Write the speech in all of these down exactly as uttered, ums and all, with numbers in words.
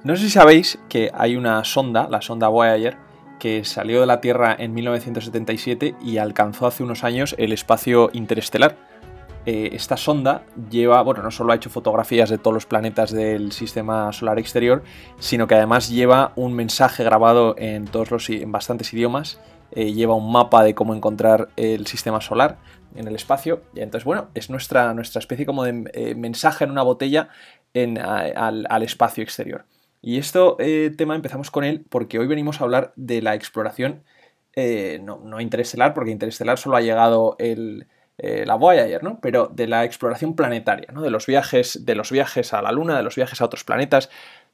No sé si sabéis que hay una sonda, la sonda Voyager, que salió de la Tierra en mil novecientos setenta y siete y alcanzó hace unos años el espacio interestelar. Eh, esta sonda lleva, bueno, no solo ha hecho fotografías de todos los planetas del sistema solar exterior, sino que además lleva un mensaje grabado en todos los, en bastantes idiomas, eh, lleva un mapa de cómo encontrar el sistema solar en el espacio, y entonces, bueno, es nuestra, nuestra especie como de eh, mensaje en una botella en, a, al, al espacio exterior. Y este eh, tema empezamos con él porque hoy venimos a hablar de la exploración, eh, no, no interestelar, porque interestelar solo ha llegado el... Eh, la Voyager, ¿no? Pero de la exploración planetaria, ¿no? De los viajes, de los viajes a la Luna, de los viajes a otros planetas,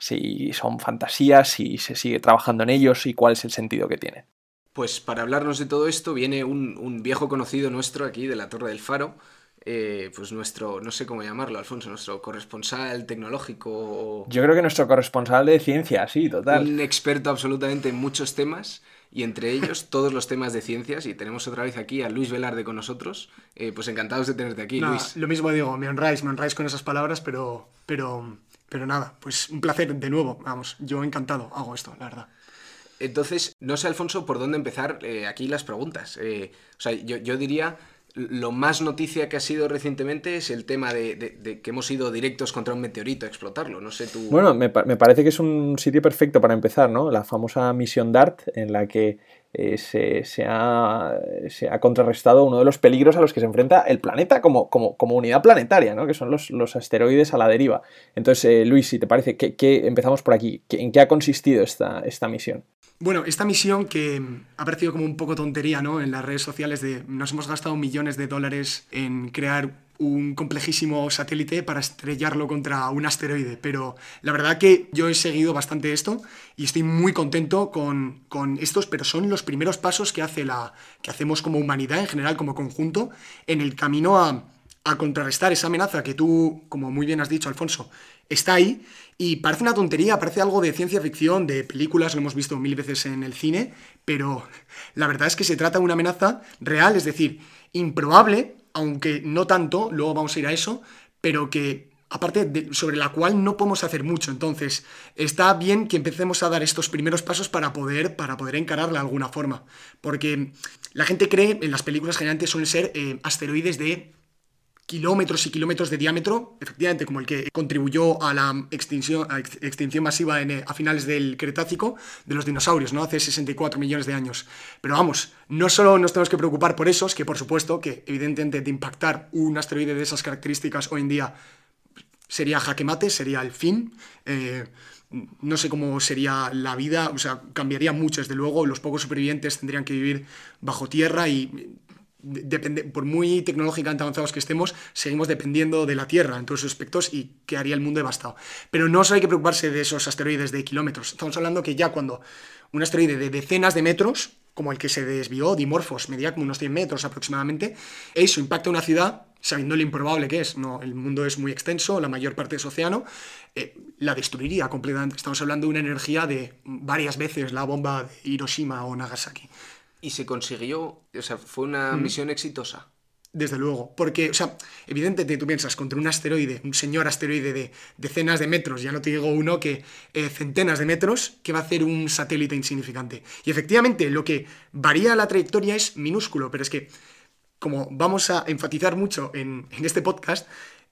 si son fantasías, si se sigue trabajando en ellos y cuál es el sentido que tienen. Pues para hablarnos de todo esto viene un, un viejo conocido nuestro aquí de la Torre del Faro, eh, pues nuestro, no sé cómo llamarlo, Alfonso, nuestro corresponsal tecnológico. Yo creo que nuestro corresponsal de ciencia, sí, total. Un experto absolutamente en muchos temas, y entre ellos todos los temas de ciencias, y tenemos otra vez aquí a Luis Velarde con nosotros. Eh, pues encantados de tenerte aquí, Nada, Luis. Lo mismo digo, me honráis, me honráis con esas palabras, pero, pero, pero nada, pues un placer de nuevo, vamos, yo encantado hago esto, la verdad. Entonces, no sé, Alfonso, por dónde empezar eh, aquí las preguntas. Eh, o sea, yo, yo diría, lo más noticia que ha sido recientemente es el tema de, de, de que hemos ido directos contra un meteorito a explotarlo. No sé tú... Bueno, me, me parece que es un sitio perfecto para empezar, ¿no? La famosa misión DART, en la que eh, se, se, ha, se ha contrarrestado uno de los peligros a los que se enfrenta el planeta como, como, como unidad planetaria, ¿no? Que son los, los asteroides a la deriva. Entonces, eh, Luis, si te parece, ¿qué, qué, empezamos por aquí? ¿En qué ha consistido esta, esta misión? Bueno, esta misión que ha parecido como un poco tontería, ¿no? En las redes sociales de nos hemos gastado millones de dólares en crear un complejísimo satélite para estrellarlo contra un asteroide, pero la verdad que yo he seguido bastante esto y estoy muy contento con, con estos, pero son los primeros pasos que, hace la, que hacemos como humanidad en general, como conjunto, en el camino a, a contrarrestar esa amenaza que tú, como muy bien has dicho, Alfonso, está ahí. Y parece una tontería, parece algo de ciencia ficción, de películas, lo hemos visto mil veces en el cine, pero la verdad es que se trata de una amenaza real, es decir, improbable, aunque no tanto, luego vamos a ir a eso, pero que aparte de, sobre la cual no podemos hacer mucho. Entonces, está bien que empecemos a dar estos primeros pasos para poder, para poder encararla de alguna forma, porque la gente cree, en las películas generalmente suelen ser eh, asteroides de kilómetros y kilómetros de diámetro, efectivamente, como el que contribuyó a la extinción, a extinción masiva en, a finales del Cretácico de los dinosaurios, ¿no? Hace sesenta y cuatro millones de años. Pero vamos, no solo nos tenemos que preocupar por esos, que por supuesto, que evidentemente de impactar un asteroide de esas características hoy en día sería jaque mate, sería el fin. Eh, no sé cómo sería la vida, o sea, cambiaría mucho, desde luego, los pocos supervivientes tendrían que vivir bajo tierra y... Depende, por muy tecnológicamente avanzados que estemos, seguimos dependiendo de la Tierra en todos sus aspectos y quedaría el mundo devastado. Pero no solo hay que preocuparse de esos asteroides de kilómetros. Estamos hablando que ya cuando un asteroide de decenas de metros, como el que se desvió, Dimorphos, medía como unos cien metros aproximadamente, eso impacta una ciudad, sabiendo lo improbable que es, ¿no? El mundo es muy extenso, la mayor parte es océano, eh, la destruiría completamente. Estamos hablando de una energía de varias veces la bomba de Hiroshima o Nagasaki. Y se consiguió, o sea, fue una mm. misión exitosa. Desde luego, porque, o sea, evidentemente tú piensas contra un asteroide, un señor asteroide de decenas de metros, ya no te digo uno que eh, centenas de metros, que va a hacer un satélite insignificante. Y efectivamente, lo que varía la trayectoria es minúsculo, pero es que, como vamos a enfatizar mucho en, en este podcast,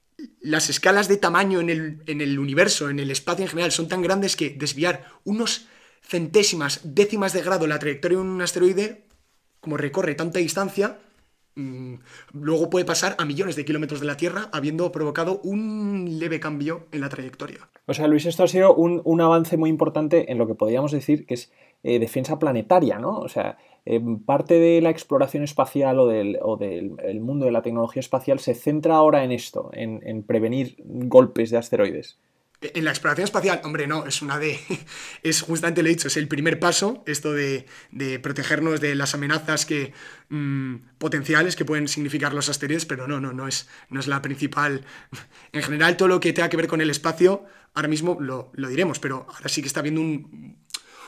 las escalas de tamaño en el, en el universo, en el espacio en general, son tan grandes que desviar unos centésimas, décimas de grado la trayectoria de un asteroide, como recorre tanta distancia, mmm, luego puede pasar a millones de kilómetros de la Tierra, habiendo provocado un leve cambio en la trayectoria. O sea, Luis, esto ha sido un, un avance muy importante en lo que podríamos decir que es eh, defensa planetaria, ¿no? O sea, eh, parte de la exploración espacial o del, o del el mundo de la tecnología espacial se centra ahora en esto, en, en prevenir golpes de asteroides. En la exploración espacial, hombre, no, es una de... Es justamente lo he dicho, es el primer paso, esto de, de protegernos de las amenazas que, mmm, potenciales que pueden significar los asteroides, pero no, no, no es, no es la principal... En general, todo lo que tenga que ver con el espacio, ahora mismo lo, lo diremos, pero ahora sí que está habiendo un,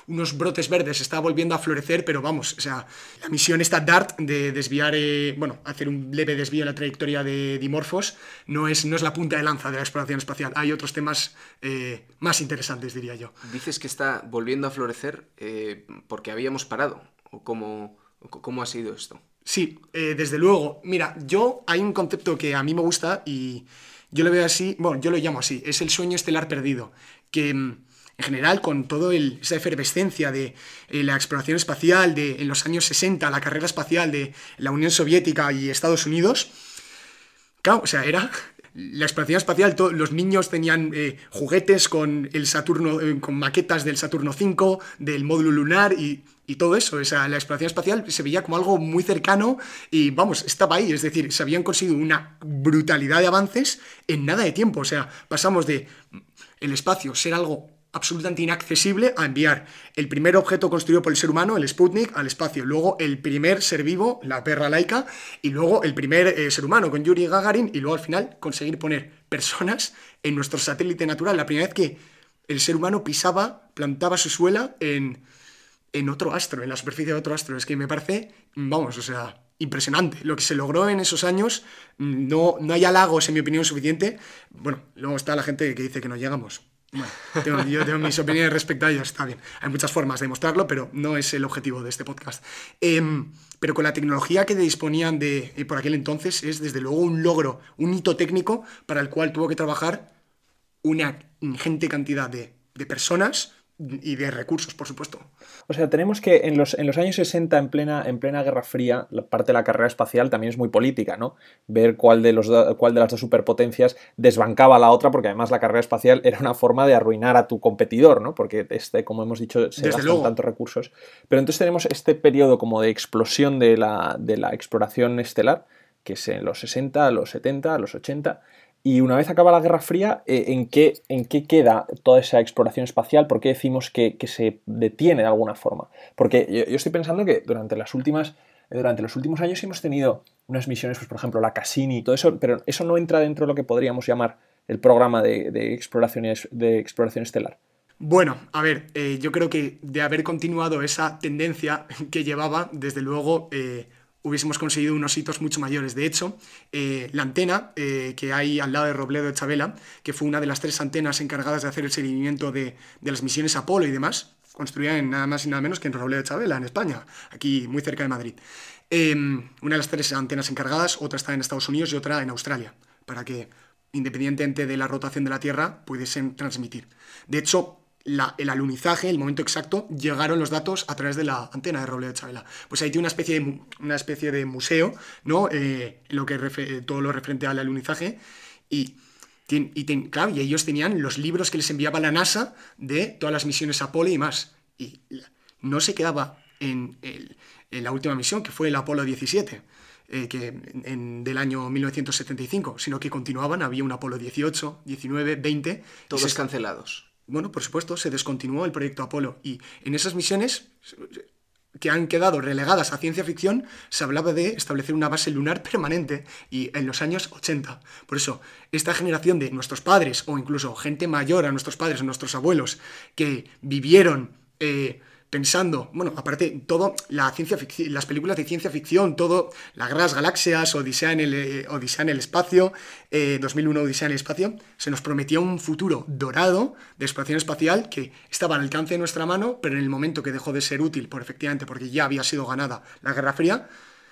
unos brotes verdes, está volviendo a florecer, pero vamos, o sea, la misión esta DART de desviar, eh, bueno, hacer un leve desvío en la trayectoria de Dimorphos no es, no es la punta de lanza de la exploración espacial. Hay otros temas eh, más interesantes, diría yo. Dices que está volviendo a florecer eh, porque habíamos parado, o cómo, cómo ha sido esto. Sí, eh, desde luego. Mira, yo hay un concepto que a mí me gusta y yo lo veo así, bueno, yo lo llamo así, es el sueño estelar perdido, que en general con toda esa efervescencia de eh, la exploración espacial de en los años sesenta, la carrera espacial de la Unión Soviética y Estados Unidos, claro, o sea, era la exploración espacial, to- los niños tenían eh, juguetes con el Saturno, eh, con maquetas del Saturno cinco, del módulo lunar y, y todo eso. O sea, la exploración espacial se veía como algo muy cercano y, vamos, estaba ahí. Es decir, se habían conseguido una brutalidad de avances en nada de tiempo. O sea, pasamos de el espacio ser algo absolutamente inaccesible a enviar el primer objeto construido por el ser humano, el Sputnik, al espacio, luego el primer ser vivo, la perra laica, y luego el primer eh, ser humano con Yuri Gagarin, y luego al final conseguir poner personas en nuestro satélite natural, la primera vez que el ser humano pisaba, plantaba su suela en, en otro astro, en la superficie de otro astro. Es que me parece, vamos, o sea, impresionante. Lo que se logró en esos años, no, no hay halagos, en mi opinión, suficiente. Bueno, luego está la gente que dice que no llegamos. Bueno, tengo, yo tengo mis opiniones respecto a ello, está bien. Hay muchas formas de demostrarlo, pero no es el objetivo de este podcast. Eh, pero con la tecnología que disponían de eh, por aquel entonces, es desde luego un logro, un hito técnico para el cual tuvo que trabajar una ingente cantidad de, de personas y de recursos, por supuesto. O sea, tenemos que en los, en los años sesenta, en plena, en plena Guerra Fría, la parte de la carrera espacial también es muy política, ¿no? Ver cuál de, los, cuál de las dos superpotencias desbancaba a la otra, porque además la carrera espacial era una forma de arruinar a tu competidor, ¿no? Porque, este, como hemos dicho, se Desde gastan luego. tantos recursos. Pero entonces tenemos este periodo como de explosión de la, de la exploración estelar, que es en los sesenta, los setenta, los ochenta... Y una vez acaba la Guerra Fría, eh, ¿en, qué, ¿en qué queda toda esa exploración espacial? ¿Por qué decimos que, que se detiene de alguna forma? Porque yo, yo estoy pensando que durante, las últimas, eh, durante los últimos años hemos tenido unas misiones, pues, por ejemplo, la Cassini y todo eso, pero eso no entra dentro de lo que podríamos llamar el programa de, de, exploración, de exploración estelar. Bueno, a ver, eh, yo creo que de haber continuado esa tendencia que llevaba, desde luego... Eh, hubiésemos conseguido unos hitos mucho mayores. De hecho, eh, la antena eh, que hay al lado de Robledo de Chabela, que fue una de las tres antenas encargadas de hacer el seguimiento de, de las misiones Apolo y demás, construida en nada más y nada menos que en Robledo de Chabela, en España, aquí muy cerca de Madrid. Eh, una de las tres antenas encargadas, otra está en Estados Unidos y otra en Australia, para que, independientemente de la rotación de la Tierra, pudiesen transmitir. De hecho, La, el alunizaje, el momento exacto, llegaron los datos a través de la antena de Robledo de Chabela. Pues ahí tiene una especie de, una especie de museo, ¿no? Eh, en lo que refer, todo lo referente al alunizaje. Y, y, ten, claro, y ellos tenían los libros que les enviaba la NASA de todas las misiones Apolo y más. Y no se quedaba en, el, en la última misión, que fue el Apolo diecisiete. Eh, que en, del año mil novecientos setenta y cinco, sino que continuaban, había un Apolo dieciocho, diecinueve, veinte. Todos se, cancelados. Bueno, por supuesto, se descontinuó el proyecto Apolo y en esas misiones que han quedado relegadas a ciencia ficción se hablaba de establecer una base lunar permanente y en los años ochenta. Por eso, esta generación de nuestros padres o incluso gente mayor a nuestros padres o nuestros abuelos que vivieron... Eh, pensando, bueno, aparte, todo, la ciencia ficción, las películas de ciencia ficción, todo, las Guerras Galaxias, Odisea en el, eh, Odisea en el espacio, eh, dos mil uno Odisea en el espacio, se nos prometía un futuro dorado de exploración espacial que estaba al alcance de nuestra mano, pero en el momento que dejó de ser útil, por efectivamente, porque ya había sido ganada la Guerra Fría,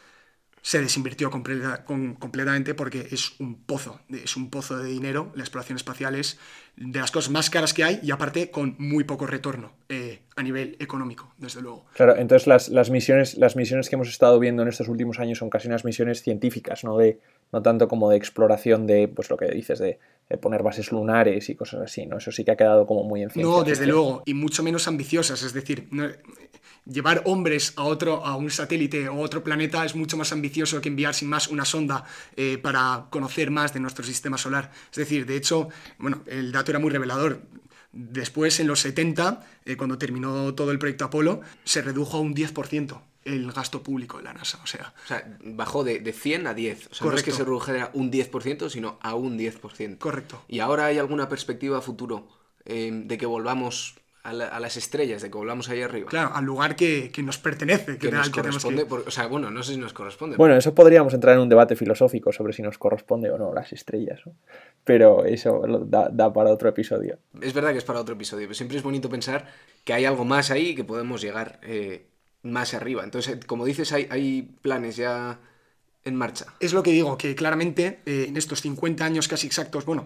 se desinvirtió completa, con, completamente porque es un pozo, es un pozo de dinero. La exploración espacial es de las cosas más caras que hay y aparte con muy poco retorno eh, a nivel económico, desde luego. Claro, entonces las, las, misiones, las misiones que hemos estado viendo en estos últimos años son casi unas misiones científicas, no, de, no tanto como de exploración de, pues lo que dices, de, de poner bases lunares y cosas así, ¿no? Eso sí que ha quedado como muy en ciencia. No, desde luego, y mucho menos ambiciosas, es decir... No, llevar hombres a otro, a un satélite o otro planeta es mucho más ambicioso que enviar sin más una sonda eh, para conocer más de nuestro sistema solar. Es decir, de hecho, bueno, el dato era muy revelador. Después, en los setenta, eh, cuando terminó todo el proyecto Apolo, se redujo a un diez por ciento el gasto público de la NASA. O sea, o sea bajó de, de cien a diez. O sea, correcto. No es que se redujera un diez por ciento, sino a un diez por ciento. Correcto. ¿Y ahora hay alguna perspectiva a futuro eh, de que volvamos a, la, a las estrellas de que volamos ahí arriba. Claro, al lugar que, que nos pertenece. Que, que nos que corresponde, que... por, o sea, bueno, no sé si nos corresponde. Bueno, eso podríamos entrar en un debate filosófico sobre si nos corresponde o no las estrellas, ¿no? Pero eso da, da para otro episodio. Es verdad que es para otro episodio, pero siempre es bonito pensar que hay algo más ahí y que podemos llegar eh, más arriba. Entonces, como dices, hay, hay planes ya en marcha. Es lo que digo, que claramente eh, en estos cincuenta años casi exactos, bueno,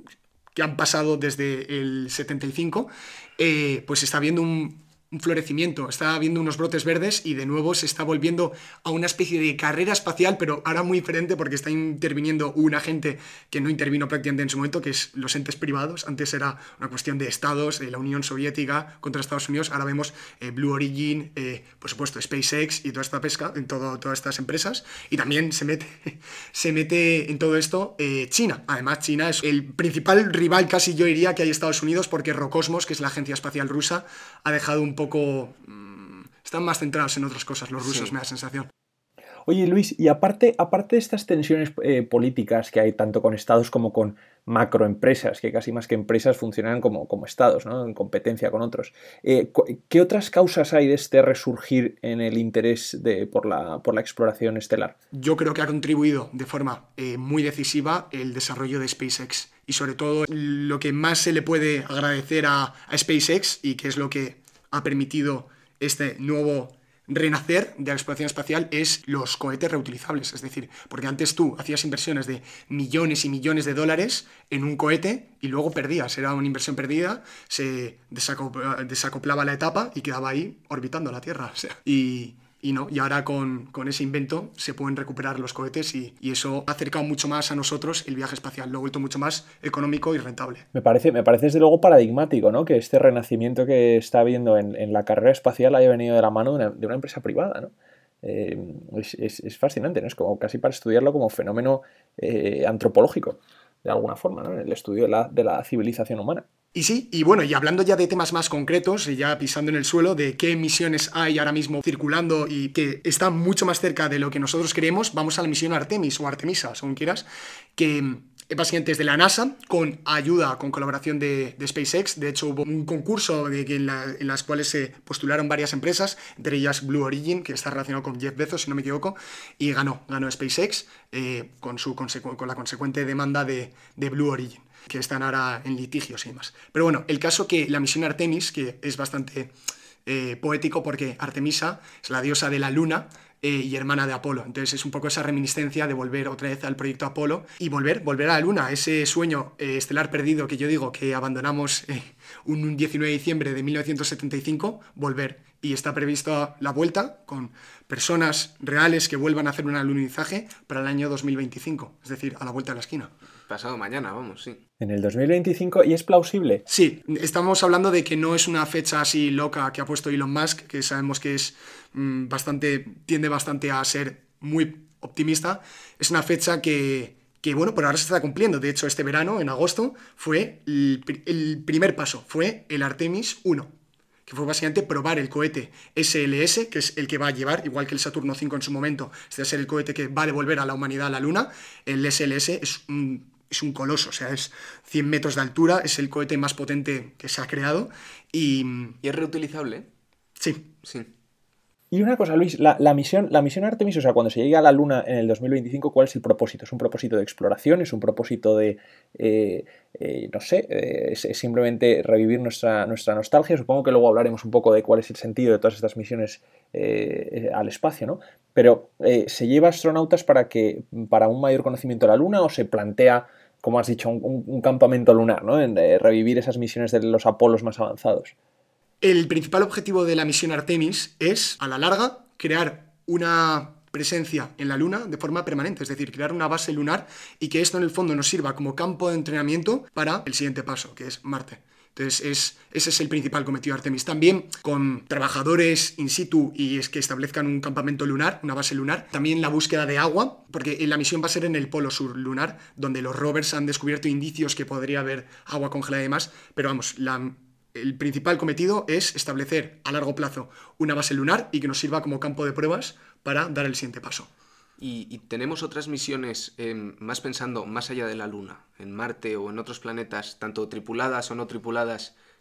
que han pasado desde el setenta y cinco, eh, pues está habiendo un, un florecimiento, está habiendo unos brotes verdes y de nuevo se está volviendo a una especie de carrera espacial, pero ahora muy diferente porque está interviniendo un agente que no intervino prácticamente en su momento, que es los entes privados. Antes era una cuestión de estados, eh, la Unión Soviética contra Estados Unidos, ahora vemos eh, Blue Origin, eh, por supuesto SpaceX y toda esta pesca en todo, todas estas empresas, y también se mete, se mete en todo esto eh, China. Además, China es el principal rival, casi yo diría, que hay Estados Unidos, porque Roscosmos, que es la agencia espacial rusa, ha dejado un poco... Mmm, están más centrados en otras cosas los rusos, sí. Me da sensación. Oye, Luis, y aparte, aparte de estas tensiones eh, políticas que hay tanto con estados como con macroempresas, que casi más que empresas funcionan como, como estados, ¿no? En competencia con otros, eh, ¿qué otras causas hay de este resurgir en el interés de, por, la, por la exploración estelar? Yo creo que ha contribuido de forma eh, muy decisiva el desarrollo de SpaceX, y sobre todo lo que más se le puede agradecer a, a SpaceX, y que es lo que ha permitido este nuevo renacer de la exploración espacial, es los cohetes reutilizables. Es decir, porque antes tú hacías inversiones de millones y millones de dólares en un cohete y luego perdías, era una inversión perdida, se desacoplaba la etapa y quedaba ahí orbitando la Tierra. O sea, y... Y no, y ahora con, con ese invento se pueden recuperar los cohetes y, y eso ha acercado mucho más a nosotros el viaje espacial, lo ha vuelto mucho más económico y rentable. Me parece, me parece desde luego paradigmático, ¿no? Que este renacimiento que está habiendo en, en la carrera espacial haya venido de la mano de una, de una empresa privada, ¿no? Eh, es, es, es fascinante, ¿no? Es como casi para estudiarlo como fenómeno eh, antropológico, de alguna forma, ¿no? El estudio de la, de la civilización humana. Y sí, y bueno, y hablando ya de temas más concretos, y ya pisando en el suelo, de qué misiones hay ahora mismo circulando y que están mucho más cerca de lo que nosotros queremos, vamos a la misión Artemis o Artemisa, según quieras, que básicamente es de la NASA, con ayuda, con colaboración de, de SpaceX. De hecho, hubo un concurso de, en, la, en las cuales se postularon varias empresas, entre ellas Blue Origin, que está relacionado con Jeff Bezos, si no me equivoco, y ganó, ganó SpaceX eh, con, su, con la consecuente demanda de, de Blue Origin, que están ahora en litigios y demás. Pero bueno, el caso que la misión Artemis, que es bastante eh, poético porque Artemisa es la diosa de la luna eh, y hermana de Apolo. Entonces es un poco esa reminiscencia de volver otra vez al proyecto Apolo y volver, volver a la luna, ese sueño eh, estelar perdido que yo digo que abandonamos eh, un diecinueve de diciembre de mil novecientos setenta y cinco, volver. Y está prevista la vuelta con personas reales que vuelvan a hacer un alunizaje para el año dos mil veinticinco, es decir, a la vuelta de la esquina. Pasado mañana, vamos, sí. En el dos mil veinticinco, ¿y es plausible? Sí, estamos hablando de que no es una fecha así loca que ha puesto Elon Musk, que sabemos que es mmm, bastante, tiende bastante a ser muy optimista. Es una fecha que, que, bueno, por ahora se está cumpliendo. De hecho, este verano, en agosto, fue el, el primer paso, fue el Artemis uno, que fue básicamente probar el cohete S L S, que es el que va a llevar, igual que el Saturno cinco en su momento, este va a ser el cohete que va a devolver a la humanidad a la Luna. El S L S es un... es un coloso, o sea, es cien metros de altura, es el cohete más potente que se ha creado y... ¿Y es reutilizable? Sí. Sí. Y una cosa, Luis, la, la, misión, la misión Artemis, o sea, cuando se llegue a la Luna en el dos mil veinticinco, ¿cuál es el propósito? ¿Es un propósito de exploración? ¿Es un propósito de, eh, eh, no sé, eh, es, es simplemente revivir nuestra, nuestra nostalgia? Supongo que luego hablaremos un poco de cuál es el sentido de todas estas misiones eh, al espacio, ¿no? Pero, eh, ¿se lleva astronautas para, que, para un mayor conocimiento de la Luna o se plantea, como has dicho, un, un campamento lunar, ¿no? En eh, revivir esas misiones de los Apolos más avanzados? El principal objetivo de la misión Artemis es, a la larga, crear una presencia en la Luna de forma permanente, es decir, crear una base lunar y que esto en el fondo nos sirva como campo de entrenamiento para el siguiente paso, que es Marte. Entonces, es, ese es el principal cometido de Artemis. También con trabajadores in situ y es que establezcan un campamento lunar, una base lunar. También la búsqueda de agua, porque la misión va a ser en el polo sur lunar, donde los rovers han descubierto indicios que podría haber agua congelada y demás. Pero vamos, la... el principal cometido es establecer a largo plazo una base lunar y que nos sirva como campo de pruebas para dar el siguiente paso. Y, y tenemos otras misiones, eh, más pensando más allá de la Luna, en Marte o en otros planetas, tanto tripuladas o no tripuladas,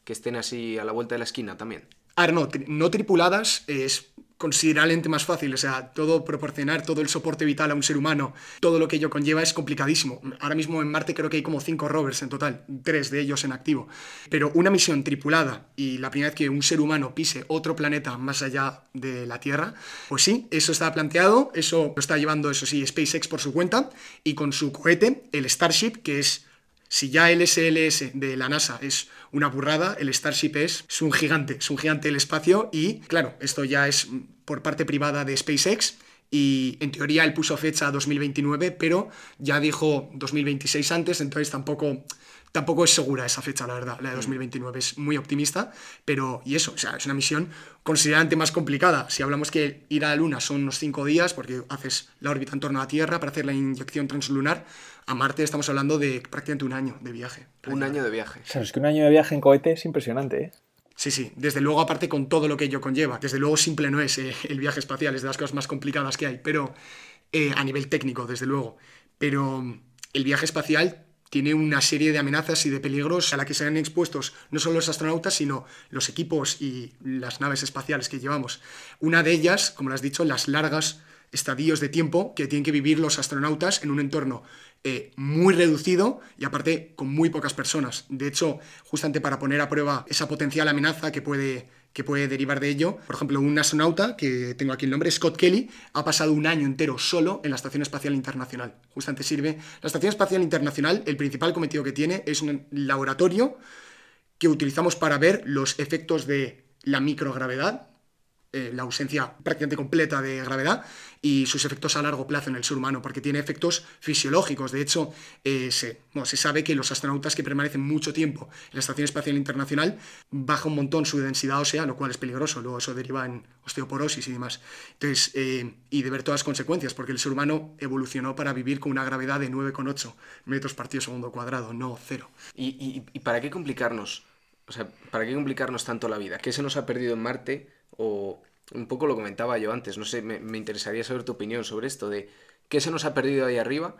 que estén así a la vuelta de la esquina también? Ahora no, tri- no tripuladas es considerablemente más fácil, o sea, todo proporcionar todo el soporte vital a un ser humano, todo lo que ello conlleva es complicadísimo. Ahora mismo en Marte creo que hay como cinco rovers en total, tres de ellos en activo. Pero una misión tripulada y la primera vez que un ser humano pise otro planeta más allá de la Tierra, pues sí, eso está planteado, eso lo está llevando, eso sí, SpaceX por su cuenta y con su cohete, el Starship, que es... Si ya el S L S de la NASA es una burrada, el Starship es, es un gigante, es un gigante del espacio y, claro, esto ya es por parte privada de SpaceX y en teoría él puso fecha dos mil veintinueve, pero ya dijo dos mil veintiséis antes, entonces tampoco... Tampoco es segura esa fecha, la verdad, la de dos mil veintinueve es muy optimista, pero y eso, o sea, es una misión considerablemente más complicada. Si hablamos que ir a la Luna son unos cinco días, porque haces la órbita en torno a la Tierra para hacer la inyección translunar, a Marte estamos hablando de prácticamente un año de viaje. Un año de viaje. Claro, es que un año de viaje en cohete es impresionante, ¿eh? Sí, sí, desde luego aparte con todo lo que ello conlleva. Desde luego simple no es eh, el viaje espacial, es de las cosas más complicadas que hay, pero eh, a nivel técnico, desde luego. Pero el viaje espacial tiene una serie de amenazas y de peligros a la que se han expuestos no solo los astronautas, sino los equipos y las naves espaciales que llevamos. Una de ellas, como lo has dicho, las largas estadios de tiempo que tienen que vivir los astronautas en un entorno eh, muy reducido y aparte con muy pocas personas. De hecho, justamente para poner a prueba esa potencial amenaza que puede, que puede derivar de ello, por ejemplo, un astronauta, que tengo aquí el nombre, Scott Kelly, ha pasado un año entero solo en la Estación Espacial Internacional. Justamente sirve... La Estación Espacial Internacional, el principal cometido que tiene es un laboratorio que utilizamos para ver los efectos de la microgravedad, Eh, la ausencia prácticamente completa de gravedad y sus efectos a largo plazo en el ser humano, porque tiene efectos fisiológicos. De hecho, eh, se, bueno, se sabe que los astronautas que permanecen mucho tiempo en la Estación Espacial Internacional baja un montón su densidad ósea, lo cual es peligroso, luego eso deriva en osteoporosis y demás. Entonces, eh, y de ver todas las consecuencias, porque el ser humano evolucionó para vivir con una gravedad de nueve coma ocho metros partido segundo cuadrado, no cero. ¿Y, y, y para qué complicarnos? O sea, ¿para qué complicarnos tanto la vida? ¿Qué se nos ha perdido en Marte? O un poco lo comentaba yo antes, no sé, me, me interesaría saber tu opinión sobre esto, de qué se nos ha perdido ahí arriba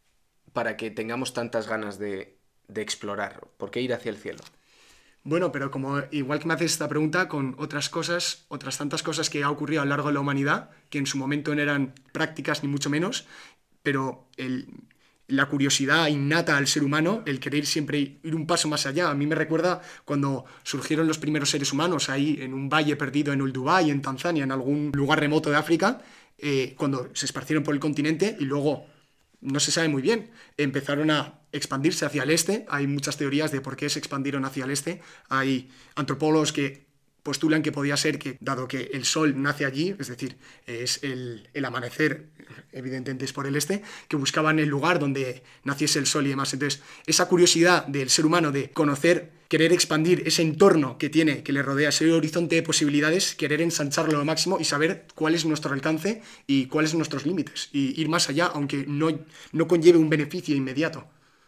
para que tengamos tantas ganas de, de explorar. ¿Por qué ir hacia el cielo? Bueno, pero como igual que me haces esta pregunta con otras cosas, otras tantas cosas que ha ocurrido a lo largo de la humanidad, que en su momento no eran prácticas ni mucho menos, pero el... la curiosidad innata al ser humano, el querer siempre ir un paso más allá. A mí me recuerda cuando surgieron los primeros seres humanos ahí en un valle perdido en Olduvai, en Tanzania, en algún lugar remoto de África, eh, cuando se esparcieron por el continente y luego, no se sabe muy bien, empezaron a expandirse hacia el este. Hay muchas teorías de por qué se expandieron hacia el este. Hay antropólogos que postulan que podía ser que, dado que el sol nace allí, es decir, es el, el amanecer, evidentemente es por el este, que buscaban el lugar donde naciese el sol y demás. Entonces, esa curiosidad del ser humano de conocer, querer expandir ese entorno que tiene, que le rodea, ese horizonte de posibilidades, querer ensancharlo al máximo y saber cuál es nuestro alcance y cuáles son nuestros límites, y ir más allá, aunque no, no conlleve un beneficio inmediato.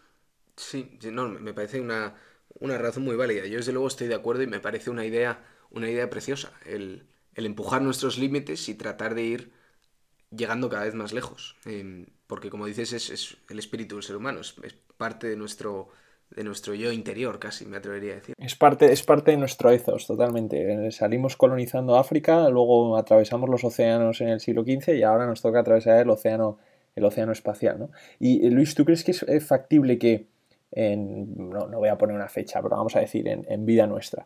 Sí, no, me parece una, una razón muy válida. Yo desde luego estoy de acuerdo y me parece una idea... una idea preciosa, el, el empujar nuestros límites y tratar de ir llegando cada vez más lejos. Eh, porque como dices, es, es el espíritu del ser humano, es, es parte de nuestro, de nuestro yo interior, casi me atrevería a decir. Es parte, es parte de nuestro ethos, totalmente. Salimos colonizando África, luego atravesamos los océanos en el siglo quince y ahora nos toca atravesar el océano, el océano espacial, ¿no? Y Luis, ¿tú crees que es factible que, en, no, no voy a poner una fecha, pero vamos a decir, en, en vida nuestra,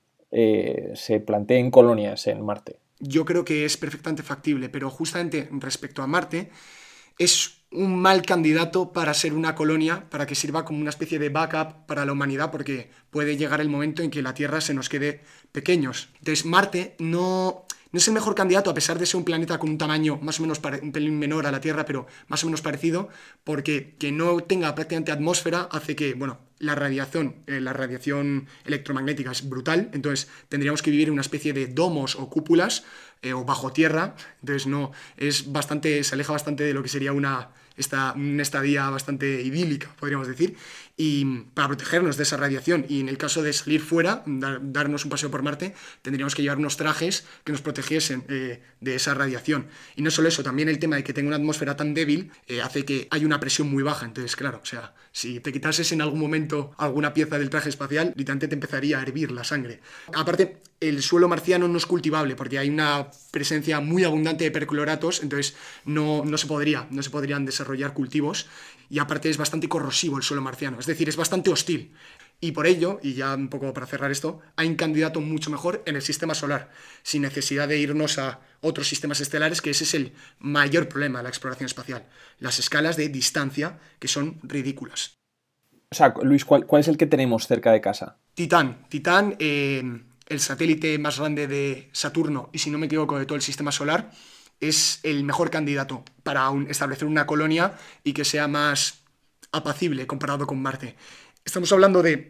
Eh, se planteen colonias en Marte? Yo creo que es perfectamente factible, pero justamente respecto a Marte, es un mal candidato para ser una colonia, para que sirva como una especie de backup para la humanidad, porque puede llegar el momento en que la Tierra se nos quede pequeños. Entonces, Marte no... No es el mejor candidato, a pesar de ser un planeta con un tamaño más o menos pare- un pelín menor a la Tierra, pero más o menos parecido, porque que no tenga prácticamente atmósfera hace que, bueno, la radiación, eh, la radiación electromagnética es brutal, entonces tendríamos que vivir en una especie de domos o cúpulas eh, o bajo tierra, entonces no, es bastante, se aleja bastante de lo que sería una, esta, una estadía bastante idílica, podríamos decir, y para protegernos de esa radiación, y en el caso de salir fuera, dar, darnos un paseo por Marte, tendríamos que llevar unos trajes que nos protegiesen eh, de esa radiación. Y no solo eso, también el tema de que tenga una atmósfera tan débil eh, hace que haya una presión muy baja, entonces claro, o sea, si te quitases en algún momento alguna pieza del traje espacial, literalmente te empezaría a hervir la sangre. Aparte, el suelo marciano no es cultivable porque hay una presencia muy abundante de percloratos, entonces no, no se podría, no se podrían desarrollar cultivos, y aparte es bastante corrosivo el suelo marciano, es decir, es bastante hostil. Y por ello, y ya un poco para cerrar esto, hay un candidato mucho mejor en el sistema solar, sin necesidad de irnos a otros sistemas estelares, que ese es el mayor problema de la exploración espacial, las escalas de distancia, que son ridículas. O sea, Luis, ¿cuál, cuál es el que tenemos cerca de casa? Titán. Titán, eh, el satélite más grande de Saturno, y si no me equivoco, de todo el sistema solar, es el mejor candidato para un, establecer una colonia y que sea más apacible comparado con Marte. Estamos hablando de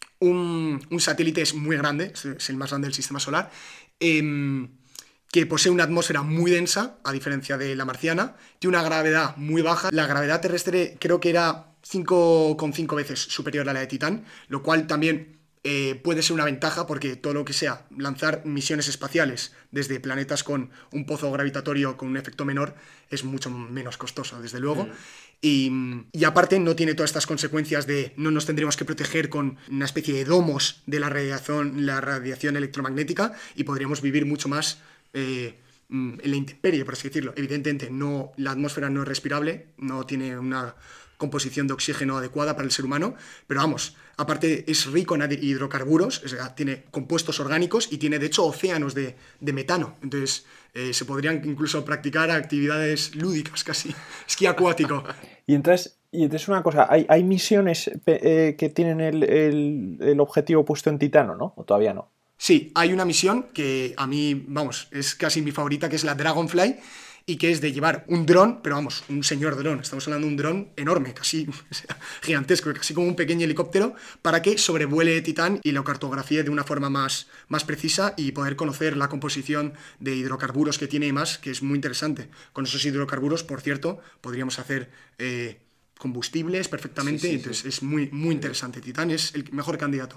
un, un satélite es muy grande, es el más grande del sistema solar, eh, que posee una atmósfera muy densa, a diferencia de la marciana, tiene una gravedad muy baja. La gravedad terrestre creo que era cinco coma cinco veces superior a la de Titán, lo cual también Eh, puede ser una ventaja porque todo lo que sea lanzar misiones espaciales desde planetas con un pozo gravitatorio con un efecto menor es mucho menos costoso, desde luego. Mm. Y, y aparte no tiene todas estas consecuencias de no nos tendríamos que proteger con una especie de domos de la radiación, la radiación electromagnética, y podríamos vivir mucho más eh, en la intemperie, por así decirlo. Evidentemente no, la atmósfera no es respirable, no tiene una composición de oxígeno adecuada para el ser humano, pero vamos, aparte es rico en hidrocarburos, o sea, tiene compuestos orgánicos y tiene de hecho océanos de, de metano, entonces eh, se podrían incluso practicar actividades lúdicas casi, esquí acuático. Y entonces, y entonces una cosa, ¿hay, hay misiones eh, que tienen el, el, el objetivo puesto en Titano, ¿no? ¿O todavía no? Sí, hay una misión que a mí, vamos, es casi mi favorita, que es la Dragonfly, y que es de llevar un dron, pero vamos, un señor dron, estamos hablando de un dron enorme, casi o sea, gigantesco, casi como un pequeño helicóptero, para que sobrevuele Titán y lo cartografíe de una forma más, más precisa y poder conocer la composición de hidrocarburos que tiene y más, que es muy interesante. Con esos hidrocarburos, por cierto, podríamos hacer eh, combustibles perfectamente, sí, sí, entonces sí. Es muy, muy interesante. Titán es el mejor candidato.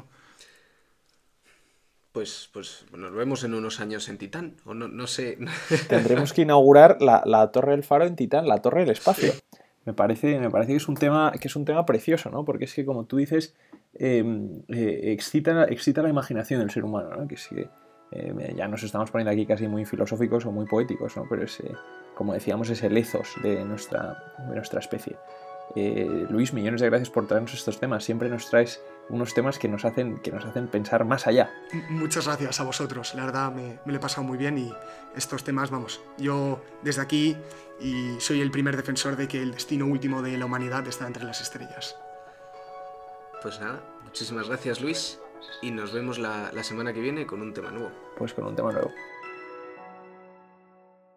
Pues, pues nos vemos en unos años en Titán, o no, no sé. Tendremos que inaugurar la, la Torre del Faro en Titán, la Torre del Espacio. Sí. Me parece, me parece que es un tema, que es un tema precioso, ¿no? Porque es que, como tú dices, eh, eh, excita, excita la imaginación del ser humano, ¿no? Que es que eh, ya nos estamos poniendo aquí casi muy filosóficos o muy poéticos, ¿no? Pero es, eh, como decíamos, es el ethos de nuestra, de nuestra especie. Eh, Luis, millones de gracias por traernos estos temas. Siempre nos traes unos temas que nos hacen, que nos hacen pensar más allá. Muchas gracias a vosotros, la verdad me, me lo he pasado muy bien, y estos temas, vamos, yo desde aquí y soy el primer defensor de que el destino último de la humanidad está entre las estrellas. Pues nada, muchísimas gracias, Luis, y nos vemos la, la semana que viene con un tema nuevo. Pues con un tema nuevo.